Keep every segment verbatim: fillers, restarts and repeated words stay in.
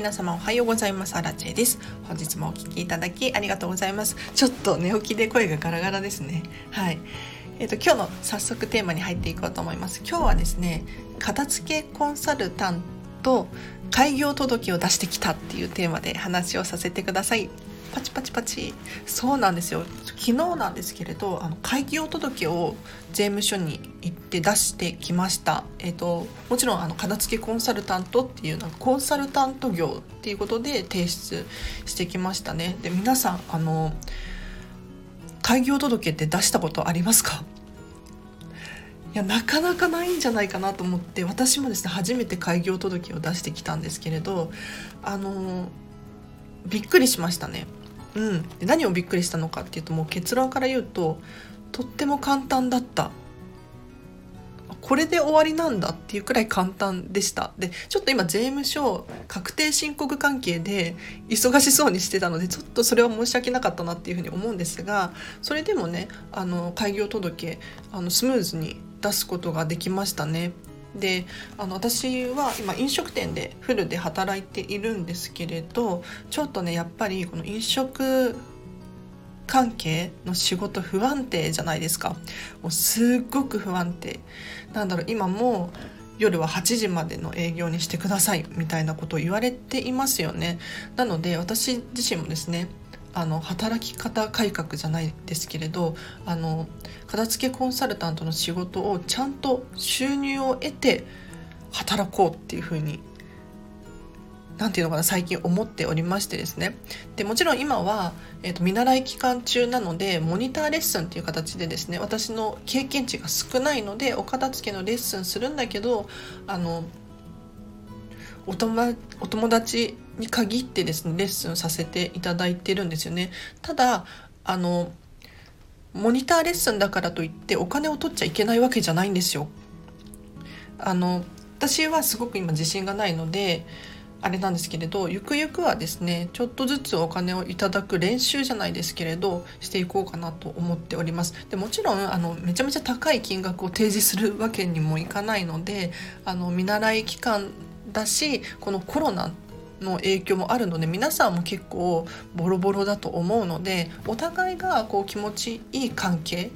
皆様おはようございます。アラチェです。本日もお聞きいただきありがとうございます。ちょっと寝起きで声がガラガラですね。はい。えっと今日の早速テーマに入っていこうと思います。今日はですね、片付けコンサルタント開業届を出してきたっていうテーマで話をさせてください。パチパチパチ。そうなんですよ。昨日なんですけれど、あの開業届を税務署に行って出してきました。えっともちろんあの片付けコンサルタントっていうのはコンサルタント業っていうことで提出してきましたね。で、皆さんあの開業届って出したことありますか？いや、なかなかないんじゃないかなと思って、私もですね初めて開業届を出してきたんですけれど、あのびっくりしましたね。うん、で何をびっくりしたのかっていうと、もう結論から言うととっても簡単だった。これで終わりなんだっていうくらい簡単でした。でちょっと今税務署確定申告関係で忙しそうにしてたので、ちょっとそれは申し訳なかったなっていうふうに思うんですが、それでもねあの開業届あのスムーズに出すことができましたね。であの私は今飲食店でフルで働いているんですけれど、ちょっとねやっぱりこの飲食関係の仕事不安定じゃないですか。もうすっごく不安定なんだろう。今も夜ははちじまでの営業にしてくださいみたいなことを言われていますよね。なので私自身もですね、あの働き方改革じゃないですけれど、あの片付けコンサルタントの仕事をちゃんと収入を得て働こうっていうふうになんていうのかな、最近思っておりましてですね。でもちろん今は、えーと、見習い期間中なのでモニターレッスンっていう形でですね、私の経験値が少ないのでお片付けのレッスンするんだけど、あのお友お友達に限ってですねレッスンさせていただいてるんですよね。ただあのモニターレッスンだからといってお金を取っちゃいけないわけじゃないんですよ。あの私はすごく今自信がないのであれなんですけれど、ゆくゆくはですねちょっとずつお金をいただく練習じゃないですけれどしていこうかなと思っております。でもちろんあのめちゃめちゃ高い金額を提示するわけにもいかないので、あの見習い期間だし、このコロナの影響もあるので皆さんも結構ボロボロだと思うので、お互いがこう気持ちいい関係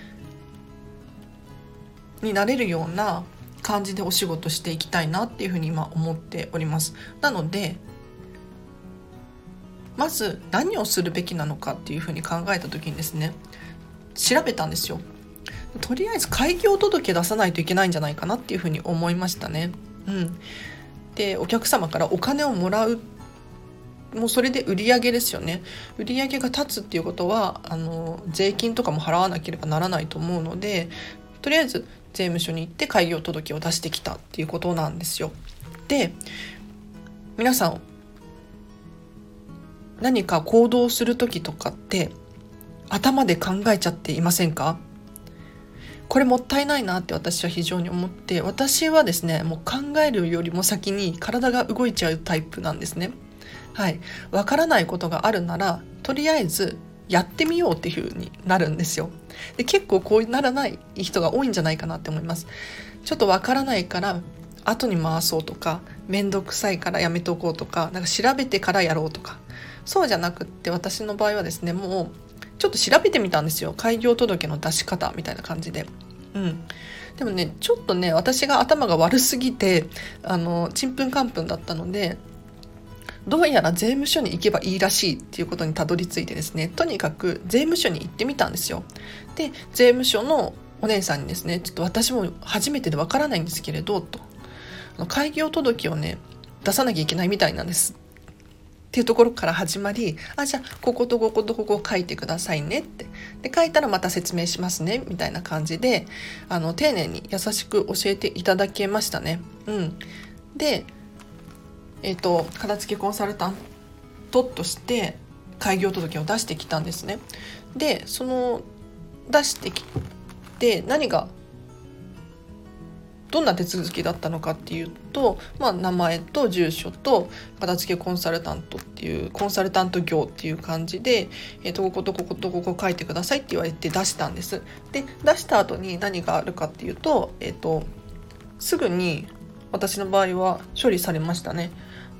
になれるような感じでお仕事していきたいなっていうふうに今思っております。なのでまず何をするべきなのかっていうふうに考えた時にですね、調べたんですよ。とりあえず開業届出さないといけないんじゃないかなっていうふうに思いましたね。うん、でお客様からお金をもらう、もうそれで売り上げですよね。売り上げが立つっていうことはあの税金とかも払わなければならないと思うので、とりあえず税務署に行って開業届を出してきたっていうことなんですよ。で皆さん何か行動する時とかって頭で考えちゃっていませんか？これもったいないなって私は非常に思って、私はですねもう考えるよりも先に体が動いちゃうタイプなんですね。はい、わからないことがあるならとりあえずやってみようっていう風になるんですよ。で結構こうならない人が多いんじゃないかなって思います。ちょっとわからないから後に回そうとか、めんどくさいからやめとこうとか、なんか調べてからやろうとか、そうじゃなくって、私の場合はですねもうちょっと調べてみたんですよ。開業届の出し方みたいな感じで。うん、でもねちょっとね私が頭が悪すぎてあのちんぷんかんぷんだったので、どうやら税務署に行けばいいらしいっていうことにたどり着いてですね、とにかく税務署に行ってみたんですよ。で税務署のお姉さんにですね、ちょっと私も初めてでわからないんですけれどと、開業届をね出さなきゃいけないみたいなんですっていうところから始まり、あじゃあこことこことここ書いてくださいねって、で書いたらまた説明しますねみたいな感じで、あの丁寧に優しく教えていただけましたね。うん、でえーと、片付けコンサルタントとして開業届を出してきたんですね。でその出してきて何がどんな手続きだったのかっていうと、まあ、名前と住所と片付けコンサルタントっていうコンサルタント業っていう感じで、えーと、こことこことここ書いてくださいって言われて出したんです。で出した後に何があるかっていうと、えーと、すぐに私の場合は処理されましたね。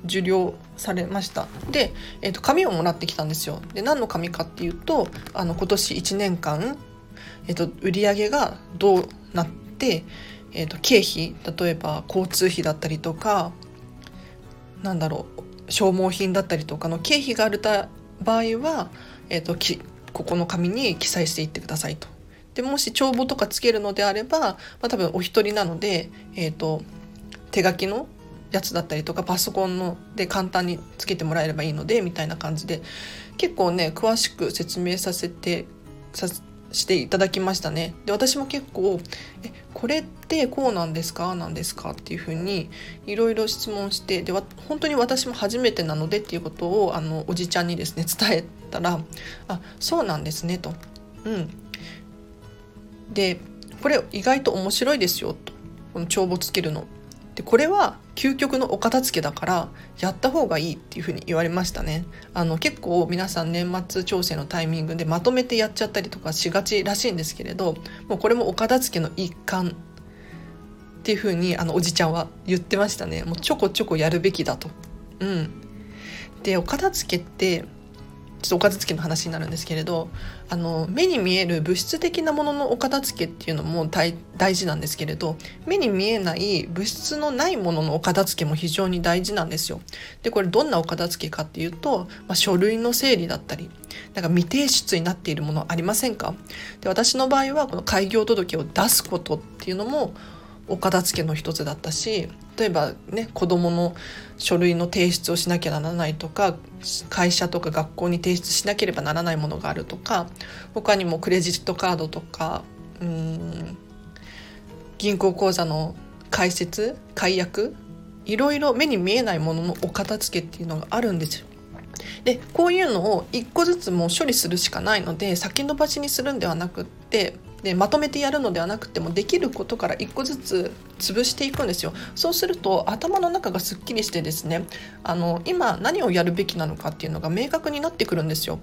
受領されました。で、えー、と紙をもらってきたんですよ。で何の紙かっていうと、あの今年いちねんかん、えー、と売り上げがどうなって、えー、と経費、例えば交通費だったりとか、なんだろう、消耗品だったりとかの経費がある場合は、えー、ときここの紙に記載していってくださいと。でもし帳簿とかつけるのであれば、まあ、多分お一人なので、えー、と手書きのやつだったりとかパソコンので簡単につけてもらえればいいのでみたいな感じで、結構ね詳しく説明させてさしていただきましたね。で私も結構えこれってこうなんですかなんですかっていうふうにいろいろ質問して、で本当に私も初めてなのでっていうことをあのおじちゃんにですね伝えたら、あそうなんですねと、うんでこれ意外と面白いですよと、この帳簿つけるので、これは究極のお片付けだからやった方がいいっていうふうに言われましたね。あの結構皆さん年末調整のタイミングでまとめてやっちゃったりとかしがちらしいんですけれど、もうこれもお片付けの一環っていうふうにあのおじちゃんは言ってましたね。もうちょこちょこやるべきだと。うん。でお片付けってちょっとお片付けの話になるんですけれど、あの目に見える物質的なもののお片付けっていうのも 大, 大事なんですけれど、目に見えない物質のないもののお片付けも非常に大事なんですよ。でこれどんなお片付けかっていうと、まあ、書類の整理だったり、なんか未提出になっているものありませんか？で私の場合はこの開業届を出すことっていうのもお片付けの一つだったし、例えばね子どもの書類の提出をしなきゃならないとか、会社とか学校に提出しなければならないものがあるとか、他にもクレジットカードとか、うーん銀行口座の開設解約、いろいろ目に見えないもののお片付けっていうのがあるんですよ。でこういうのを一個ずつもう処理するしかないので、先延ばしにするんではなくって、でまとめてやるのではなくてもできることから一個ずつ潰していくんですよ。そうすると頭の中がすっきりしてですね、あの今何をやるべきなのかっていうのが明確になってくるんですよ。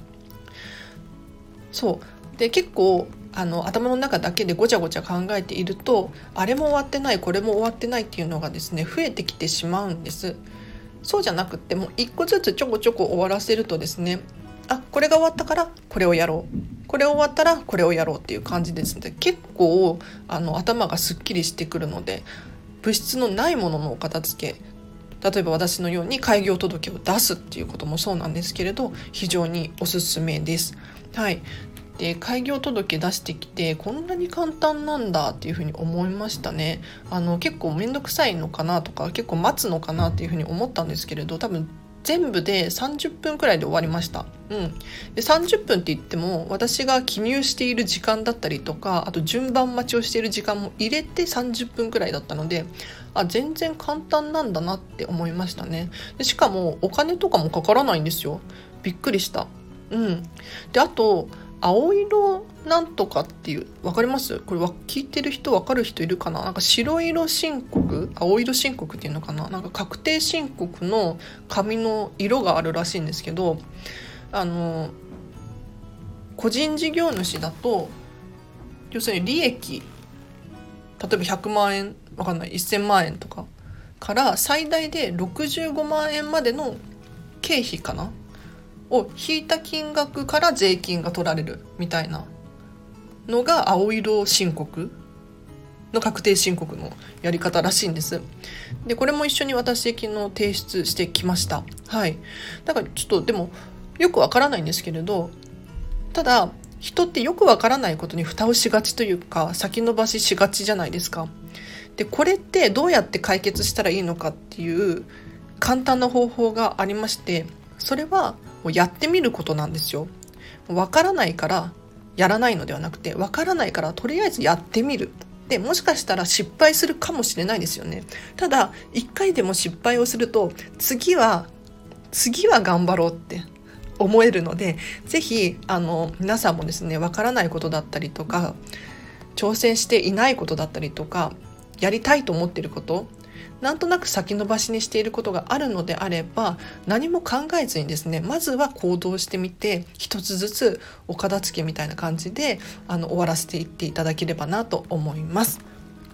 そうで結構あの頭の中だけでごちゃごちゃ考えていると、あれも終わってない、これも終わってないっていうのがですね増えてきてしまうんです。そうじゃなくってもう一個ずつちょこちょこ終わらせるとですね、あこれが終わったからこれをやろう、これ終わったらこれをやろうっていう感じですので、結構あの頭がすっきりしてくるので、物質のないもののお片付け、例えば私のように開業届を出すっていうこともそうなんですけれど、非常におすすめです。はい。で開業届出してきてこんなに簡単なんだっていうふうに思いましたね。あの結構めんどくさいのかなとか、結構待つのかなっていうふうに思ったんですけれど、多分全部でさんじゅっぷんくらいで終わりました。うん、でさんじゅっぷんって言っても私が記入している時間だったりとか、あと順番待ちをしている時間も入れてさんじゅっぷんくらいだったので、あ全然簡単なんだなって思いましたね。でしかもお金とかもかからないんですよ。びっくりした。うん、であと青色なんとかっていう、わかります？これは聞いてる人わかる人いるかな？なんか白色申告、青色申告っていうのかな？なんか確定申告の紙の色があるらしいんですけど、あの個人事業主だと要するに利益、例えばひゃくまんえん、わかんないせんまんえんとかから最大でろくじゅうごまんえんまでの経費かなを引いた金額から税金が取られるみたいなのが青色申告の確定申告のやり方らしいんです。でこれも一緒に私昨日提出してきました。はい。だからちょっとでもよくわからないんですけれど、ただ人ってよくわからないことに蓋をしがちというか先延ばししがちじゃないですか。でこれってどうやって解決したらいいのかっていう簡単な方法がありまして、それはもうやってみることなんですよ。わからないからやらないのではなくて、わからないからとりあえずやってみる。でもしかしたら失敗するかもしれないですよね。ただ一回でも失敗をすると次は次は頑張ろうって思えるので、ぜひあの皆さんもですね、わからないことだったりとか挑戦していないことだったりとかやりたいと思っていること、なんとなく先延ばしにしていることがあるのであれば、何も考えずにですね、まずは行動してみて一つずつお片付けみたいな感じであの終わらせていっていただければなと思います。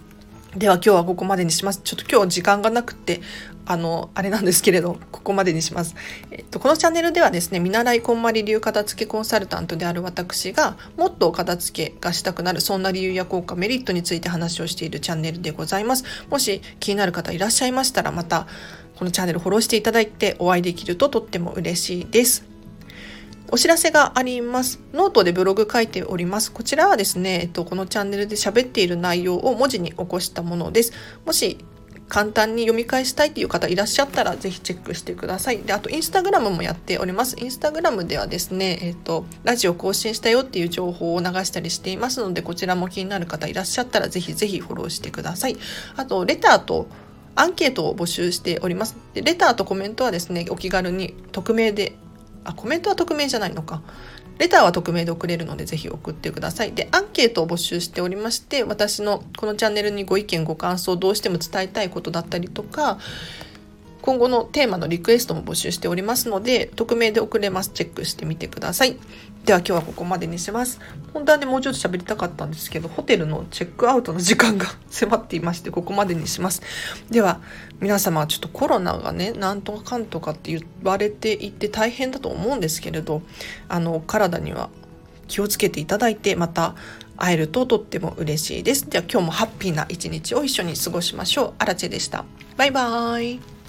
では今日はここまでにします。ちょっと今日時間がなくてあのあれなんですけれど、ここまでにします。えっと、このチャンネルではですね、見習いこんまり流片付けコンサルタントである私がもっとお片付けがしたくなる、そんな理由や効果、メリットについて話をしているチャンネルでございます。もし気になる方いらっしゃいましたら、またこのチャンネルフォローしていただいてお会いできるととっても嬉しいです。お知らせがあります。ノートでブログ書いております。こちらはですね、えっと、このチャンネルで喋っている内容を文字に起こしたものです。もし簡単に読み返したいという方いらっしゃったらぜひチェックしてください。で、あとインスタグラムもやっております。インスタグラムではですね、えっと、ラジオ更新したよっていう情報を流したりしていますので、こちらも気になる方いらっしゃったらぜひぜひフォローしてください。あと、レターとアンケートを募集しております。で、レターとコメントはですね、お気軽に匿名で、あ、コメントは匿名じゃないのか。レターは匿名で送れるのでぜひ送ってください。で、アンケートを募集しておりまして、私のこのチャンネルにご意見ご感想、どうしても伝えたいことだったりとか、今後のテーマのリクエストも募集しておりますので、匿名で送れます。チェックしてみてください。では今日はここまでにします。本当はね、もうちょっと喋りたかったんですけど、ホテルのチェックアウトの時間が迫っていまして、ここまでにします。では皆様、ちょっとコロナがね、なんとかかんとかって言われていて大変だと思うんですけれど、あの体には気をつけていただいて、また会えるととっても嬉しいです。では今日もハッピーな一日を一緒に過ごしましょう。アラチェでした。バイバーイ。